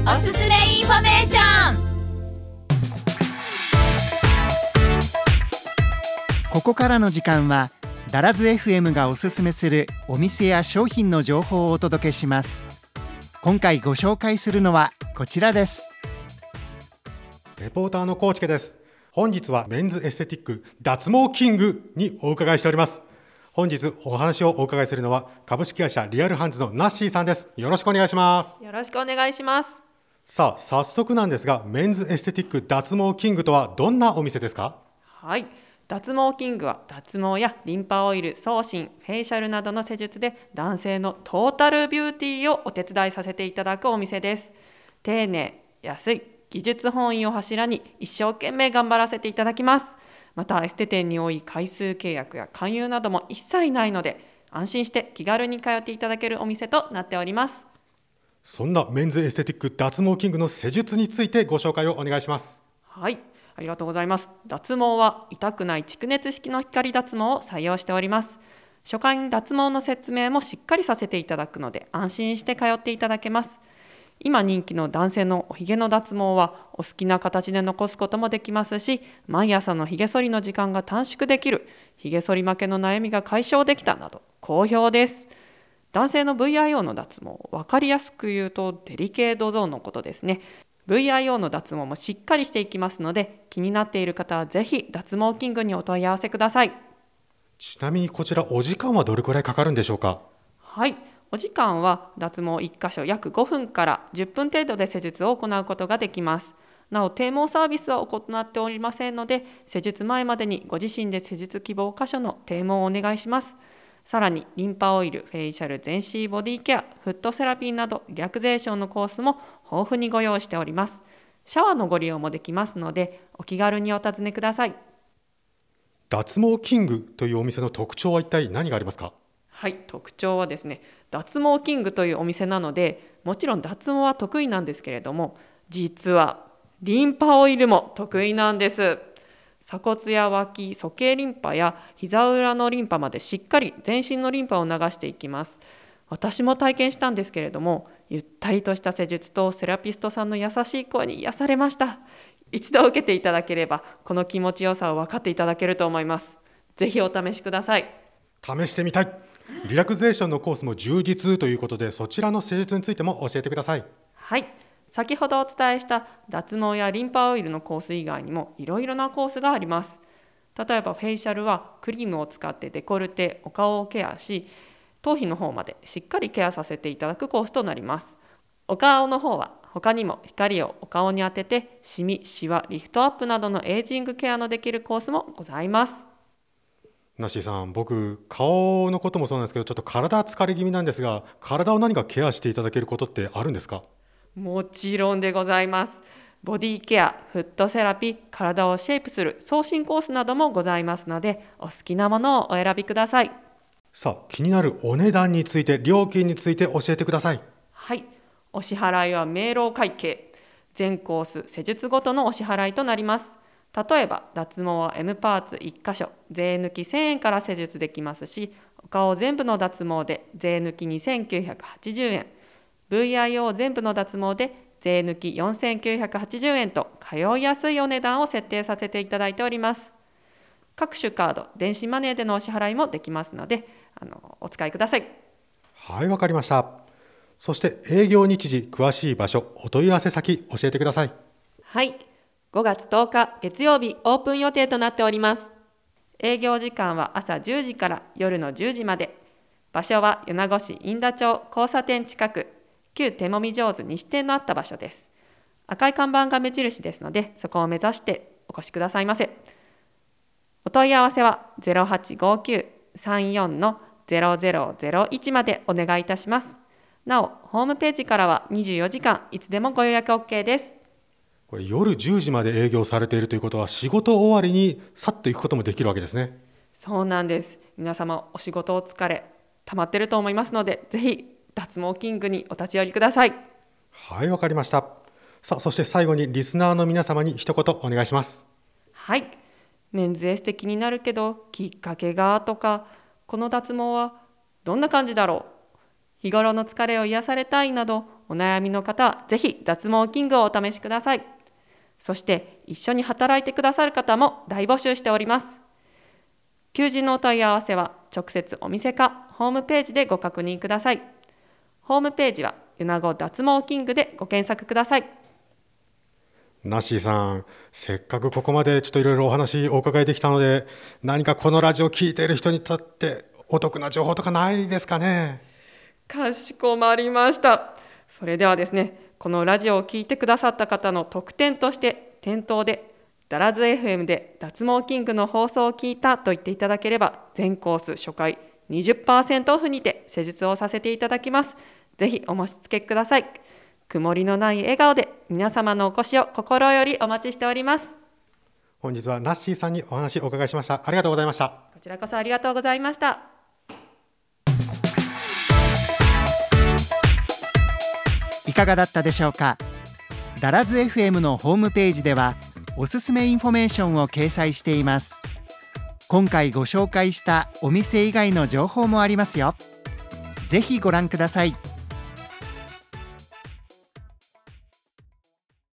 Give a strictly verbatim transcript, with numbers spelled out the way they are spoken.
おすすめインフォメーション。 ここからの時間はダラズ エフエム がおすすめするお店や商品の情報をお届けします。今回ご紹介するのはこちらです。 レポーターのコーチケです。本日はメンズエステティック脱毛キングにお伺いしております。本日お話をお伺いするのは株式会社リアルハンズのナッシーさんです。よろしくお願いします。 よろしくお願いします。 さあ早速なんですが、メンズエステティック脱毛キングとはどんなお店ですか？ はい、脱毛キングは脱毛やリンパオイル、送信、フェイシャルなどの施術で男性のトータルビューティーをお手伝いさせていただくお店です。丁寧、安い、技術本位を柱に一生懸命頑張らせていただきます。またエステ店に多い回数契約や勧誘なども一切ないので、安心して気軽に通っていただけるお店となっております。 そんなメンズエステティック脱毛キングの施術についてご紹介をお願いします。 はい、ありがとうございます。脱毛は痛くない蓄熱式の光脱毛を採用しております。初回に脱毛の説明もしっかりさせていただくので、安心して通っていただけます。今人気の男性のおひげの脱毛はお好きな形で残すこともできますし、毎朝のひげ剃りの時間が短縮できる、ひげ剃り負けの悩みが解消できたなど好評です。男性の ブイアイオー の脱毛、分かりやすく言うとデリケートゾーンのことですね。 ブイアイオー の脱毛もしっかりしていきますので、気になっている方はぜひ脱毛キングにお問い合わせください。 ちなみにこちらお時間はどれくらいかかるんでしょうか？ はい、お時間は脱毛いっ箇所約ごふんからじゅっぷん程度で施術を行うことができます。なお低毛サービスは行っておりませんので、施術前までにご自身で施術希望箇所の低毛をお願いします。さらにリンパオイル、フェイシャル、全身ボディケア、フットセラピーなどリラクゼーションのコースも豊富にご用意しております。シャワーのご利用もできますので、お気軽にお尋ねください。 脱毛キングというお店の特徴は一体何がありますか？ はい、特徴はですね、脱毛キングというお店なので、もちろん脱毛は得意なんですけれども、実はリンパオイルも得意なんです。鎖骨や脇、鼠径リンパや膝裏のリンパまでしっかり全身のリンパを流していきます。私も体験したんですけれども、ゆったりとした施術とセラピストさんの優しい声に癒されました。一度受けていただければ、この気持ちよさを分かっていただけると思います。ぜひお試しください。 試してみたい。リラクゼーションのコースも充実ということで、そちらの施術についても教えてください。 はい、先ほどお伝えした脱毛やリンパオイルのコース以外にもいろいろなコースがあります。例えばフェイシャルはクリームを使ってデコルテ、お顔をケアし、頭皮の方までしっかりケアさせていただくコースとなります。お顔の方は他にも光をお顔に当ててシミ、シワ、リフトアップなどのエイジングケアのできるコースもございます。 ナッシーさん、僕顔のこともそうなんですけど、ちょっと体疲れ気味なんですが、体を何かケアしていただけることってあるんですか？ もちろんでございます。ボディケア、フットセラピー、体をシェイプする送信コースなどもございますので、お好きなものをお選びください。 さあ、気になるお値段について、料金について教えてください。 はい、お支払いは明朗会計、全コース施術ごとのお支払いとなります。例えば脱毛は エム パーツいっ箇所税抜きせんえんから施術できますし、お顔全部の脱毛で税抜きにせんきゅうひゃくはちじゅうえん、 ブイアイオー 全部の脱毛で税抜きよんせんきゅうひゃくはちじゅうえんと通いやすいお値段を設定させていただいております。各種カード、電子マネーでのお支払いもできますので、あのお使いください。 はい、わかりました。そして営業日時、詳しい場所、お問い合わせ先教えてください。 はい、ごがつとおか月曜日オープン予定となっております。営業時間は朝じゅうじから夜のじゅうじまで。場所は米子市飯田町交差点近く、旧手もみ上手西店のあった場所です。赤い看板が目印ですので、そこを目指してお越しくださいませ。お問い合わせは ゼロはちごきゅうさんよん のゼロゼロゼロいちまでお願いいたします。なお、ホームページからはにじゅうよじかんいつでもご予約 OK です。 これ夜じゅうじまで営業されているということは、仕事終わりにさっと行くこともできるわけですね。 そうなんです。皆様お仕事お疲れ溜まってると思いますので、ぜひ脱毛キングにお立ち寄りください。 はい、わかりました。さあ、そして最後にリスナーの皆様に一言お願いします。 はい、メンズエステ気になるけどきっかけがとか、この脱毛はどんな感じだろう、日頃の疲れを癒されたいなどお悩みの方はぜひ脱毛キングをお試しください。そして一緒に働いてくださる方も大募集しております。求人のお問い合わせは直接お店かホームページでご確認ください。ホームページは米子脱毛キングでご検索ください。 ナッシーさん、せっかくここまでちょっといろいろお話お伺いできたので、何かこのラジオを聞いている人にとってお得な情報とかないですかね。 かしこまりました。それではですね、このラジオを聞いてくださった方の特典として店頭でダラズ エフエム で脱毛キングの放送を聞いたと言っていただければ、全コース初回 にじゅっパーセント オフにて施術をさせていただきます。ぜひお申し付けください。曇りのない笑顔で皆様のお越しを心よりお待ちしております。 本日はナッシーさんにお話をお伺いしました。ありがとうございました。 こちらこそありがとうございました。 いかがだったでしょうか。ダラズ エフエム のホームページではおすすめインフォメーションを掲載しています。今回ご紹介したお店以外の情報もありますよ。ぜひご覧ください。